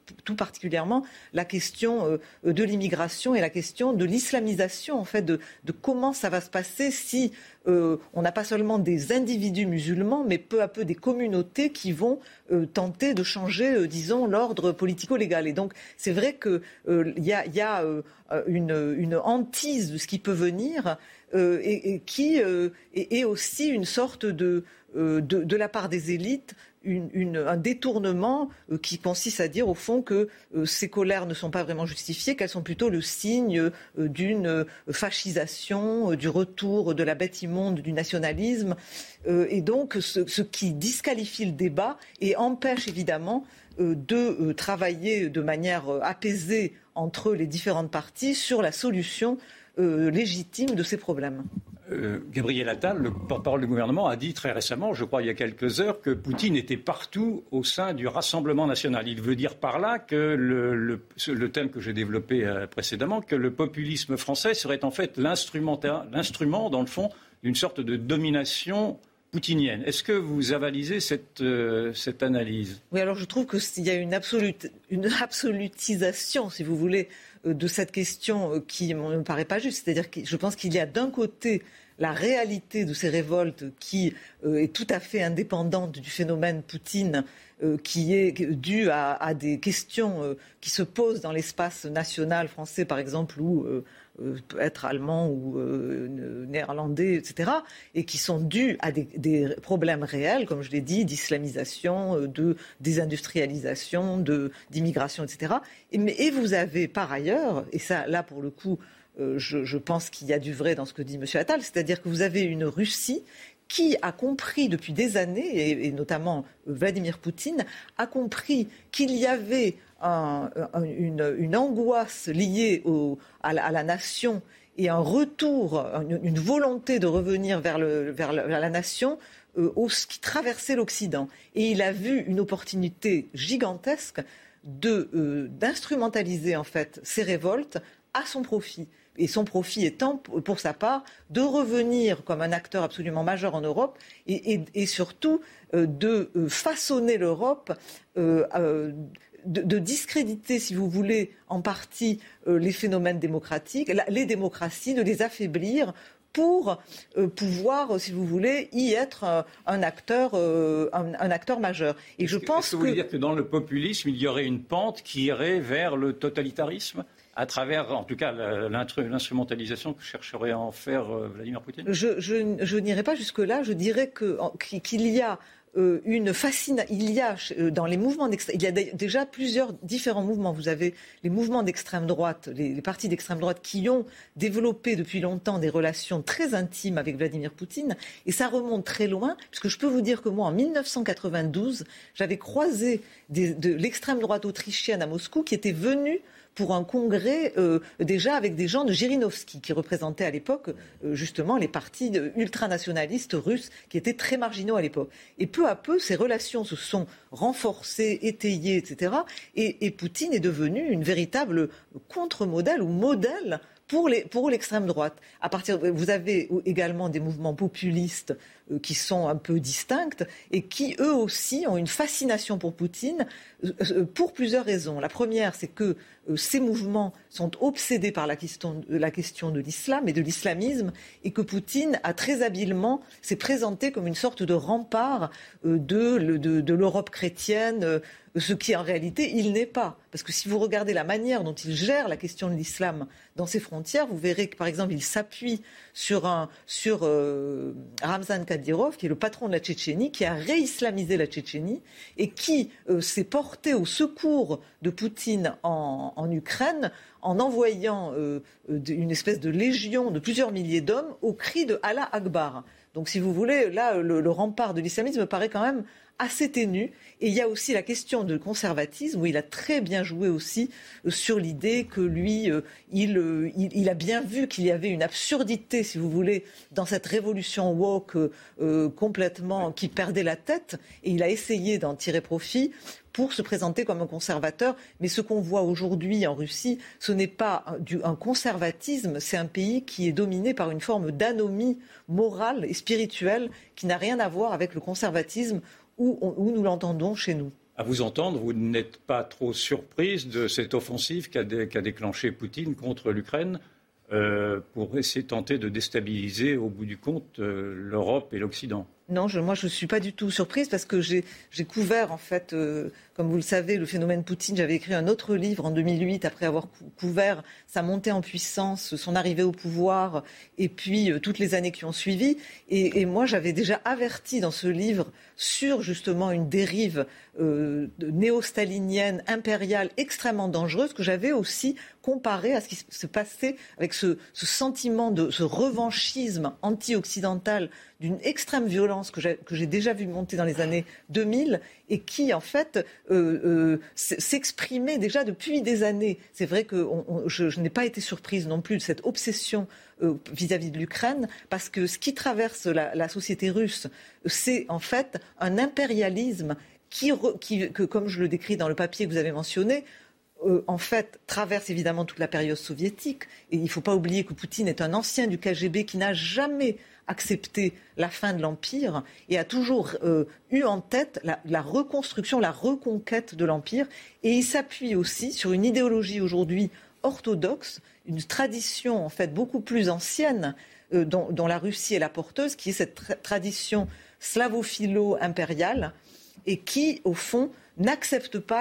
[SPEAKER 6] tout particulièrement la question de l'immigration et la question de l'islamisation, en fait, de comment ça va se passer si on n'a pas seulement des individus musulmans, mais peu à peu des communautés qui vont tenter de changer, disons, l'ordre politico-légal. Et donc, c'est vrai qu'il y a une hantise de ce qui peut venir et qui est aussi une sorte de la part des élites, un détournement qui consiste à dire au fond que ces colères ne sont pas vraiment justifiées, qu'elles sont plutôt le signe d'une fascisation, du retour de la bête immonde du nationalisme, et donc ce qui disqualifie le débat et empêche évidemment de travailler de manière apaisée entre les différentes parties sur la solution légitime de ces problèmes.
[SPEAKER 4] Gabriel Attal, le porte-parole du gouvernement, a dit très récemment, je crois il y a quelques heures, que Poutine était partout au sein du Rassemblement national. Il veut dire par là que le thème que j'ai développé précédemment, que le populisme français serait en fait l'instrument, dans le fond, d'une sorte de domination poutinienne. Est-ce que vous avalisez cette analyse ?
[SPEAKER 6] Oui, alors je trouve qu'il y a une absolutisation, si vous voulez, de cette question qui ne me paraît pas juste. C'est-à-dire que je pense qu'il y a d'un côté la réalité de ces révoltes qui est tout à fait indépendante du phénomène Poutine, qui est due à des questions qui se posent dans l'espace national français, par exemple, ou peut être allemand ou néerlandais, etc., et qui sont dus à des problèmes réels, comme je l'ai dit, d'islamisation, de désindustrialisation, d'immigration, etc. Et vous avez par ailleurs, et ça, là, pour le coup, je pense qu'il y a du vrai dans ce que dit M. Attal, c'est-à-dire que vous avez une Russie qui a compris depuis des années, et notamment Vladimir Poutine, a compris qu'il y avait une angoisse liée à la nation et un retour, une volonté de revenir vers la nation qui traversait l'Occident. Et il a vu une opportunité gigantesque d'instrumentaliser en fait ces révoltes à son profit. Et son profit étant, pour sa part, de revenir comme un acteur absolument majeur en Europe et surtout de façonner l'Europe, de discréditer, si vous voulez, en partie les phénomènes démocratiques, les démocraties, de les affaiblir pour pouvoir, si vous voulez, y être un acteur majeur. Et je pense
[SPEAKER 4] est-ce que vous voulez dire que dans le populisme, il y aurait une pente qui irait vers le totalitarisme ? À travers, en tout cas, l'instrumentalisation que chercherait à en faire Vladimir Poutine ?
[SPEAKER 6] Je n'irai pas jusque-là. Je dirais qu'il y a une fascination. Il y a dans les mouvements il y a déjà plusieurs différents mouvements. Vous avez les mouvements d'extrême droite, les partis d'extrême droite qui ont développé depuis longtemps des relations très intimes avec Vladimir Poutine. Et ça remonte très loin, puisque je peux vous dire que moi, en 1992, j'avais croisé de l'extrême droite autrichienne à Moscou qui était venue pour un congrès déjà avec des gens de Zhirinovsky, qui représentaient à l'époque justement les partis ultranationalistes russes qui étaient très marginaux à l'époque. Et peu à peu, ces relations se sont renforcées, étayées, etc. Et Poutine est devenu une véritable contre-modèle ou modèle pour l'extrême droite. Vous avez également des mouvements populistes qui sont un peu distincts et qui, eux aussi, ont une fascination pour Poutine pour plusieurs raisons. La première, c'est que ces mouvements sont obsédés par la question de l'islam et de l'islamisme et que Poutine a très habilement s'est présenté comme une sorte de rempart de l'Europe chrétienne, ce qui en réalité il n'est pas. Parce que si vous regardez la manière dont il gère la question de l'islam dans ses frontières, vous verrez que par exemple il s'appuie sur Ramzan Kadyrov, qui est le patron de la Tchétchénie, qui a réislamisé la Tchétchénie et qui s'est porté au secours de Poutine en Ukraine en envoyant une espèce de légion de plusieurs milliers d'hommes au cri de Allah Akbar. Donc si vous voulez, là, le rempart de l'islamisme paraît quand même assez ténu. Et il y a aussi la question de conservatisme, où il a très bien joué aussi sur l'idée que lui, il a bien vu qu'il y avait une absurdité, si vous voulez, dans cette révolution woke complètement qui perdait la tête. Et il a essayé d'en tirer profit pour se présenter comme un conservateur. Mais ce qu'on voit aujourd'hui en Russie, ce n'est pas un conservatisme, c'est un pays qui est dominé par une forme d'anomie morale et spirituelle qui n'a rien à voir avec le conservatisme où nous l'entendons chez nous.
[SPEAKER 4] À vous entendre, vous n'êtes pas trop surprise de cette offensive qu'a déclenchée Poutine contre l'Ukraine pour essayer de tenter de déstabiliser, au bout du compte, l'Europe et l'Occident?
[SPEAKER 6] Non, moi je ne suis pas du tout surprise parce que j'ai couvert, en fait, comme vous le savez, le phénomène Poutine. J'avais écrit un autre livre en 2008 après avoir couvert sa montée en puissance, son arrivée au pouvoir et puis toutes les années qui ont suivi. Et moi j'avais déjà averti dans ce livre sur justement une dérive néo-stalinienne, impériale, extrêmement dangereuse, que j'avais aussi comparé à ce qui se passait avec ce sentiment de ce revanchisme anti-occidental d'une extrême violence que j'ai déjà vu monter dans les années 2000 et qui, en fait, s'exprimait déjà depuis des années. C'est vrai que je n'ai pas été surprise non plus de cette obsession vis-à-vis de l'Ukraine, parce que ce qui traverse la société russe, c'est en fait un impérialisme que, comme je le décris dans le papier que vous avez mentionné, en fait, traverse évidemment toute la période soviétique. Et il ne faut pas oublier que Poutine est un ancien du KGB qui n'a jamais accepté la fin de l'Empire et a toujours eu en tête la reconstruction, la reconquête de l'Empire. Et il s'appuie aussi sur une idéologie aujourd'hui orthodoxe, une tradition en fait beaucoup plus ancienne dont la Russie est la porteuse, qui est cette tradition slavophilo-impériale et qui, au fond, n'accepte pas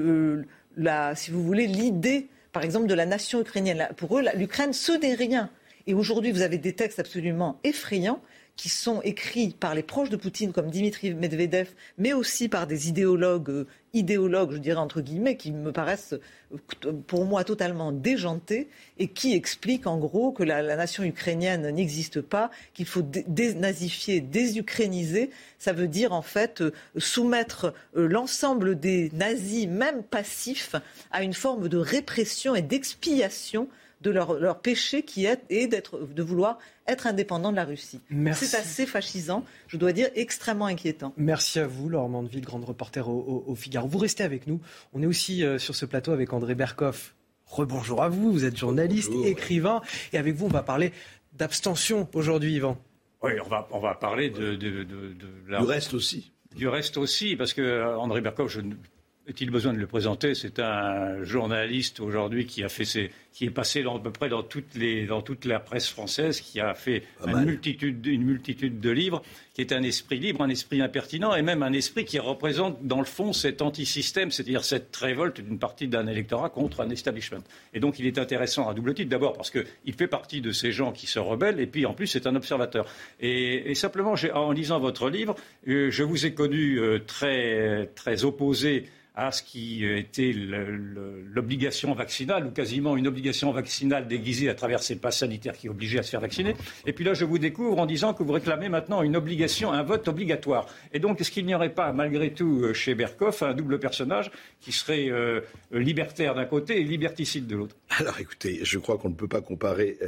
[SPEAKER 6] si vous voulez, l'idée, par exemple, de la nation ukrainienne. Pour eux, l'Ukraine, ce n'est rien. Et aujourd'hui, vous avez des textes absolument effrayants qui sont écrits par les proches de Poutine, comme Dimitri Medvedev, mais aussi par des idéologues, je dirais entre guillemets, qui me paraissent, pour moi, totalement déjantés, et qui expliquent en gros que la nation ukrainienne n'existe pas, qu'il faut dénazifier, désukrainiser. Ça veut dire, en fait, soumettre l'ensemble des nazis, même passifs, à une forme de répression et d'expiation de leur péché qui est de vouloir être indépendant de la Russie.
[SPEAKER 2] Merci.
[SPEAKER 6] C'est assez fascisant, je dois dire extrêmement inquiétant.
[SPEAKER 2] Merci à vous, Laure Mandeville, grande reporter au Figaro. Vous restez avec nous. On est aussi sur ce plateau avec André Berkoff. Rebonjour à vous, vous êtes journaliste, écrivain. Et avec vous, on va parler d'abstention aujourd'hui, Yvan.
[SPEAKER 4] Oui, on va parler du
[SPEAKER 7] reste aussi.
[SPEAKER 4] Du reste aussi, parce que André Berkoff, est-il besoin de le présenter? C'est un journaliste aujourd'hui qui est passé à peu près dans toute la presse française, qui a fait une multitude de livres, qui est un esprit libre, un esprit impertinent et même un esprit qui représente dans le fond cet anti-système, c'est-à-dire cette révolte d'une partie d'un électorat contre un establishment. Et donc il est intéressant à double titre, d'abord parce qu'il fait partie de ces gens qui se rebellent et puis en plus c'est un observateur. Et simplement, en lisant votre livre, je vous ai connu très, très opposé à ce qui était l'obligation vaccinale, ou quasiment une obligation vaccinale déguisée à travers ces passes sanitaires qui obligeaient à se faire vacciner. Et puis là, je vous découvre en disant que vous réclamez maintenant un vote obligatoire. Et donc, est-ce qu'il n'y aurait pas, malgré tout, chez Berkoff, un double personnage qui serait libertaire d'un côté et liberticide de l'autre?
[SPEAKER 7] Alors écoutez, je crois qu'on ne peut pas comparer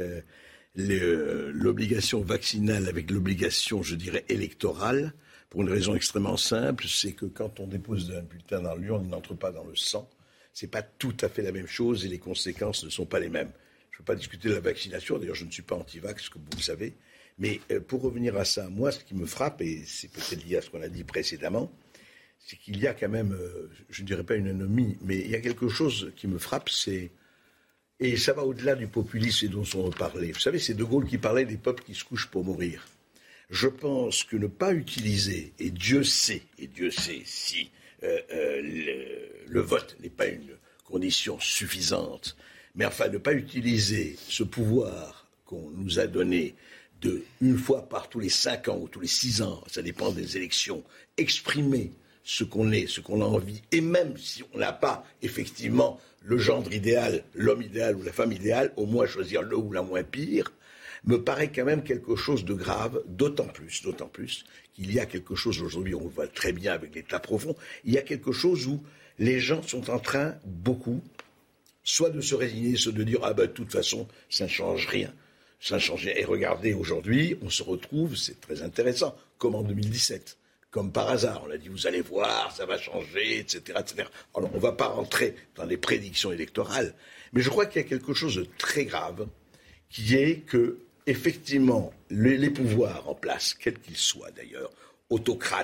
[SPEAKER 7] l'obligation vaccinale avec l'obligation, je dirais, électorale. Pour une raison extrêmement simple, c'est que quand on dépose un bulletin dans l'urne, il n'entre pas dans le sang. Ce n'est pas tout à fait la même chose et les conséquences ne sont pas les mêmes. Je ne veux pas discuter de la vaccination, d'ailleurs je ne suis pas anti-vax, comme vous le savez. Mais pour revenir à ça, moi ce qui me frappe, et c'est peut-être lié à ce qu'on a dit précédemment, c'est qu'il y a quand même, je ne dirais pas une anomie, mais il y a quelque chose qui me frappe, et ça va au-delà du populisme et dont on parlait. Vous savez, c'est De Gaulle qui parlait des peuples qui se couchent pour mourir. Je pense que ne pas utiliser, et Dieu sait si le vote n'est pas une condition suffisante, mais enfin ne pas utiliser ce pouvoir qu'on nous a donné de, une fois par tous les 5 ans ou tous les 6 ans, ça dépend des élections, exprimer ce qu'on est, ce qu'on a envie, et même si on n'a pas effectivement le gendre idéal, l'homme idéal ou la femme idéale, au moins choisir le ou la moins pire, me paraît quand même quelque chose de grave, d'autant plus qu'il y a quelque chose aujourd'hui, on le voit très bien avec l'État profond, il y a quelque chose où les gens sont en train, beaucoup, soit de se résigner, soit de dire « Ah ben de toute façon, ça ne change rien ». Et regardez, aujourd'hui, on se retrouve, c'est très intéressant, comme en 2017. Comme par hasard, on a dit « Vous allez voir, ça va changer, etc. etc. » Alors, on ne va pas rentrer dans les prédictions électorales, mais je crois qu'il y a quelque chose de très grave, qui est que effectivement, les pouvoirs en place, quels qu'ils soient d'ailleurs, autocrates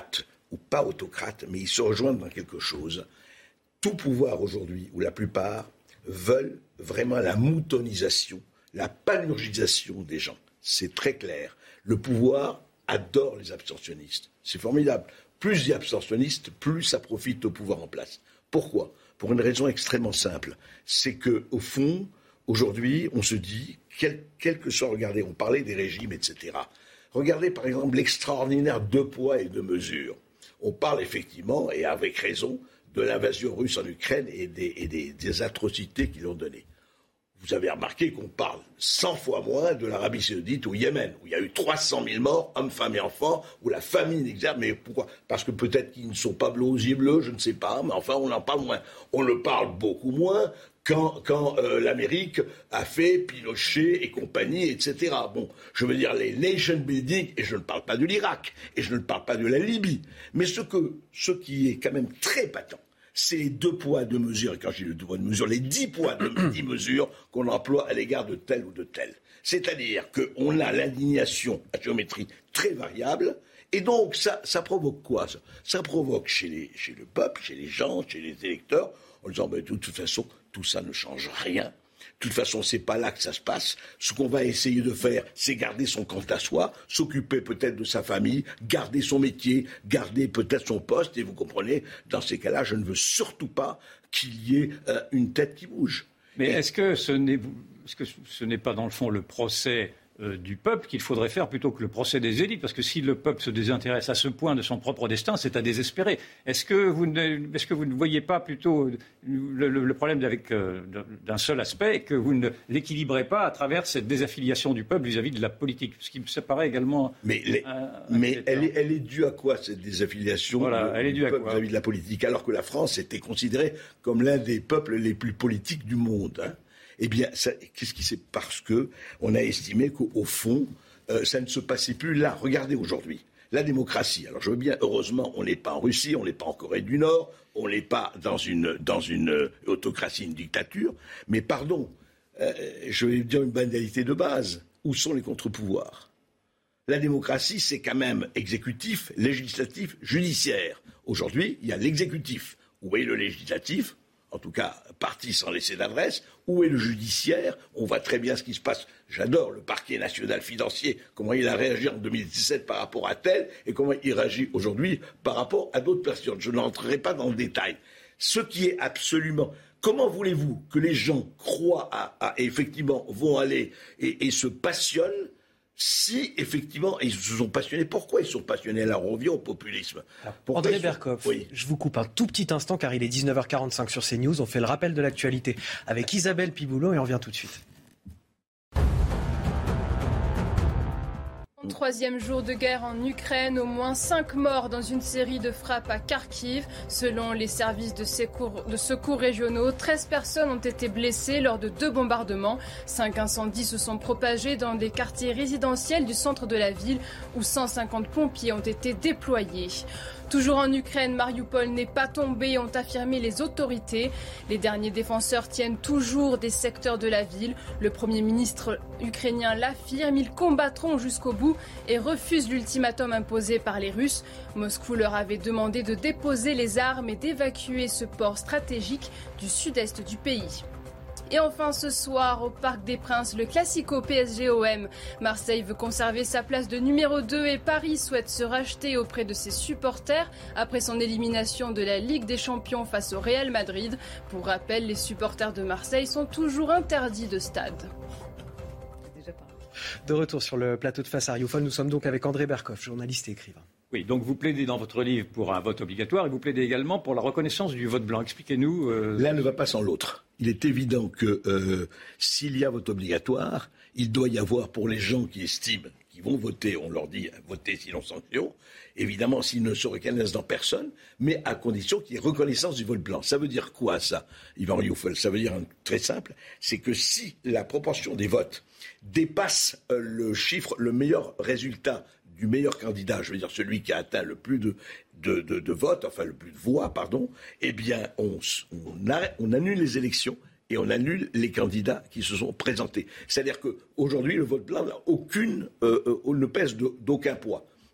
[SPEAKER 7] ou pas autocrates, mais ils se rejoignent dans quelque chose. Tout pouvoir aujourd'hui, ou la plupart, veulent vraiment la moutonisation, la panurgisation des gens. C'est très clair. Le pouvoir adore les abstentionnistes. C'est formidable. Plus il y a abstentionnistes, plus ça profite au pouvoir en place. Pourquoi ? Pour une raison extrêmement simple. C'est qu'au fond, aujourd'hui, on se dit, quel que soit, regardez, on parlait des régimes, etc. Regardez par exemple l'extraordinaire 2 poids et 2 mesures. On parle effectivement, et avec raison, de l'invasion russe en Ukraine et des atrocités qu'ils ont données. Vous avez remarqué qu'on parle 100 fois moins de l'Arabie Saoudite ou Yémen, où il y a eu 300 000 morts, hommes, femmes et enfants, où la famine exerce. Mais pourquoi ? Parce que peut-être qu'ils ne sont pas bleus aux yeux bleus, je ne sais pas, mais enfin on en parle moins. On le parle beaucoup moins quand l'Amérique a fait Pinochet et compagnie, etc. Bon, je veux dire, les nation building, et je ne parle pas de l'Irak, et je ne parle pas de la Libye, mais ce qui est quand même très patent, c'est les 2 poids, 2 mesures, et quand je dis le 2 poids, 2 mesures, les 10 poids, 10 mesures qu'on emploie à l'égard de tel ou de tel. C'est-à-dire qu'on a l'indignation à géométrie très variable, et donc ça provoque quoi ? Ça provoque chez le peuple, chez les gens, chez les électeurs, en disant de toute façon, tout ça ne change rien. De toute façon, c'est pas là que ça se passe. Ce qu'on va essayer de faire, c'est garder son quant à soi, s'occuper peut-être de sa famille, garder son métier, garder peut-être son poste. Et vous comprenez, dans ces cas-là, je ne veux surtout pas qu'il y ait une tête qui bouge.
[SPEAKER 4] Mais est-ce que ce n'est pas dans le fond le procès du peuple qu'il faudrait faire plutôt que le procès des élites, parce que si le peuple se désintéresse à ce point de son propre destin, c'est à désespérer. Est-ce que vous ne voyez pas plutôt le problème d'un seul aspect, et que vous ne l'équilibrez pas à travers cette désaffiliation du peuple vis-à-vis de la politique, ce qui me paraît également...
[SPEAKER 7] Mais elle est due à quoi, cette désaffiliation
[SPEAKER 4] elle est due
[SPEAKER 7] du peuple vis-à-vis de la politique, alors que la France était considérée comme l'un des peuples les plus politiques du monde, hein. Eh bien, qu'est-ce qui s'est... Parce qu'on a estimé qu'au fond, ça ne se passait plus là. Regardez aujourd'hui, la démocratie. Alors je veux bien, heureusement, on n'est pas en Russie, on n'est pas en Corée du Nord, on n'est pas dans une autocratie, une dictature. Mais pardon, je vais dire une banalité de base. Où sont les contre-pouvoirs ? La démocratie, c'est quand même exécutif, législatif, judiciaire. Aujourd'hui, il y a l'exécutif. Où est le législatif ? En tout cas, parti sans laisser d'adresse. Où est le judiciaire ? On voit très bien ce qui se passe. J'adore le parquet national financier, comment il a réagi en 2017 par rapport à tel, et comment il réagit aujourd'hui par rapport à d'autres personnes. Je n'entrerai pas dans le détail. Ce qui est absolument... Comment voulez-vous que les gens croient effectivement, vont aller et se passionnent si, effectivement, ils se sont passionnés? Pourquoi ils sont passionnés? Alors, on revient au populisme.
[SPEAKER 2] André Berkoff, oui. Je vous coupe un tout petit instant car il est 19h45 sur CNews. On fait le rappel de l'actualité avec Isabelle Piboulot et on revient tout de suite.
[SPEAKER 3] Troisième jour de guerre en Ukraine, au moins 5 morts dans une série de frappes à Kharkiv. Selon les services de secours régionaux, 13 personnes ont été blessées lors de 2 bombardements. 5 incendies se sont propagés dans des quartiers résidentiels du centre de la ville où 150 pompiers ont été déployés. Toujours en Ukraine, Mariupol n'est pas tombé, ont affirmé les autorités. Les derniers défenseurs tiennent toujours des secteurs de la ville. Le Premier ministre ukrainien l'affirme, ils combattront jusqu'au bout et refusent l'ultimatum imposé par les Russes. Moscou leur avait demandé de déposer les armes et d'évacuer ce port stratégique du sud-est du pays. Et enfin ce soir au Parc des Princes, le Classico PSG-OM. Marseille veut conserver sa place de numéro 2 et Paris souhaite se racheter auprès de ses supporters après son élimination de la Ligue des Champions face au Real Madrid. Pour rappel, les supporters de Marseille sont toujours interdits de stade.
[SPEAKER 2] De retour sur le plateau de Face à Rioufol, nous sommes donc avec André Berkoff, journaliste et écrivain.
[SPEAKER 4] Oui, donc vous plaidez dans votre livre pour un vote obligatoire et vous plaidez également pour la reconnaissance du vote blanc. Expliquez-nous.
[SPEAKER 7] L'un ne va pas sans l'autre. Il est évident que s'il y a vote obligatoire, il doit y avoir pour les gens qui estiment qu'ils vont voter, on leur dit voter sinon sanction, évidemment s'ils ne se reconnaissent dans personne, mais à condition qu'il y ait reconnaissance du vote blanc. Ça veut dire quoi ça, Yvan Rioufol? Ça veut dire très simple, c'est que si la proportion des votes dépasse le chiffre, le meilleur résultat du meilleur candidat, je veux dire celui qui a atteint le plus de votes, enfin le plus de voix, pardon, eh bien on annule les élections et on annule les candidats qui se sont présentés. C'est-à-dire qu'aujourd'hui, le vote blanc n'a ne pèse d'aucun poids.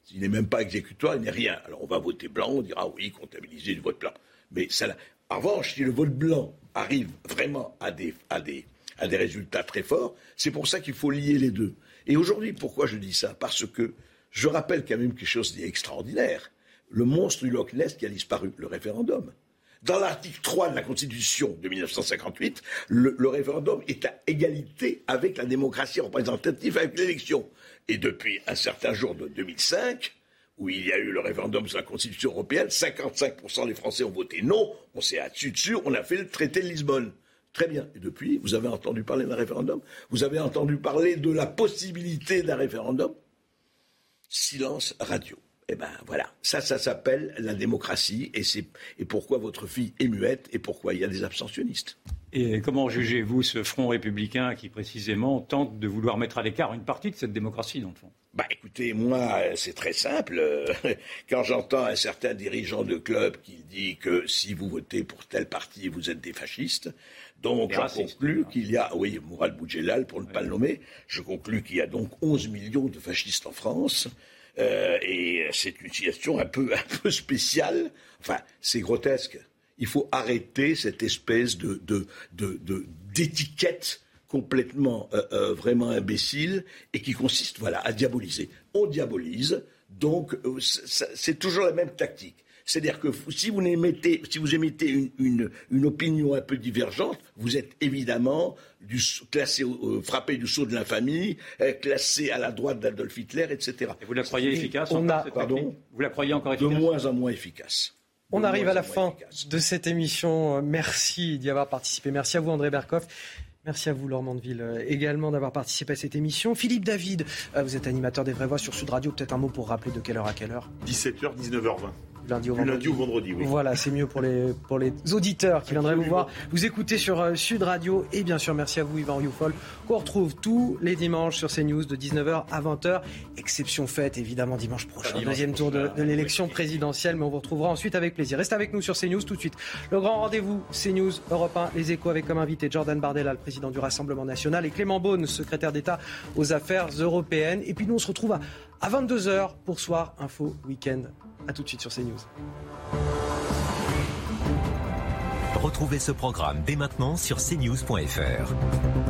[SPEAKER 7] Il n'est même pas exécutoire, il n'est rien. Alors on va voter blanc, on dira oui, comptabiliser du vote blanc. Mais ça, en revanche, si le vote blanc arrive vraiment à des résultats très forts, c'est pour ça qu'il faut lier les deux. Et aujourd'hui, pourquoi je dis ça ? Parce que je rappelle quand même quelque chose d'extraordinaire. Le monstre du Loch Ness qui a disparu, le référendum. Dans l'article 3 de la Constitution de 1958, le référendum est à égalité avec la démocratie représentative, avec l'élection. Et depuis un certain jour de 2005, où il y a eu le référendum sur la Constitution européenne, 55% des Français ont voté non, on s'est assis dessus, on a fait le traité de Lisbonne. Très bien. Et depuis, vous avez entendu parler d'un référendum ? Vous avez entendu parler de la possibilité d'un référendum ? Silence radio. Eh bien voilà, ça s'appelle la démocratie et pourquoi votre fille est muette et pourquoi il y a des abstentionnistes.
[SPEAKER 4] Et comment jugez-vous ce front républicain qui précisément tente de vouloir mettre à l'écart une partie de cette démocratie dans le fond ?
[SPEAKER 7] Écoutez, moi c'est très simple. Quand j'entends un certain dirigeant de club qui dit que si vous votez pour tel parti vous êtes des fascistes, donc j'en conclus qu'il y a, Mourad Boudjelal pour ne pas le nommer, je conclus qu'il y a donc 11 millions de fascistes en France. Et c'est une situation un peu spéciale. Enfin, c'est grotesque. Il faut arrêter cette espèce d'étiquette complètement vraiment imbécile et qui consiste, à diaboliser. On diabolise, donc c'est toujours la même tactique. C'est-à-dire que si vous émettez une opinion un peu divergente, vous êtes évidemment classé, frappé du sceau de l'infamie, classé à la droite d'Adolf Hitler, etc.
[SPEAKER 4] Et vous la croyez efficace
[SPEAKER 7] Vous la
[SPEAKER 4] croyez encore efficace ?
[SPEAKER 7] De moins en moins efficace.
[SPEAKER 2] On arrive à la fin de cette émission. Merci d'y avoir participé. Merci à vous, André Berkoff. Merci à vous, Laure Mandeville, également d'avoir participé à cette émission. Philippe David, vous êtes animateur des Vraies Voix sur Sud Radio. Peut-être un mot pour rappeler de quelle heure à quelle heure ?
[SPEAKER 5] 17h, 19h20.
[SPEAKER 2] Du lundi au
[SPEAKER 5] vendredi, oui.
[SPEAKER 2] Voilà, c'est mieux pour les auditeurs qui viendraient vous voir. Vous écoutez sur Sud Radio. Et bien sûr, merci à vous, Yvan Rioufol, qu'on retrouve tous les dimanches sur CNews de 19h à 20h. Exception faite, évidemment, dimanche prochain. Deuxième tour de l'élection présidentielle, mais on vous retrouvera ensuite avec plaisir. Restez avec nous sur CNews tout de suite. Le grand rendez-vous, CNews, Europe 1, Les Échos, avec comme invité Jordan Bardella, le président du Rassemblement National, et Clément Beaune, secrétaire d'État aux Affaires européennes. Et puis nous, on se retrouve à 22h pour Soir Info Week-end. A tout de suite sur CNews.
[SPEAKER 8] Retrouvez ce programme dès maintenant sur cnews.fr.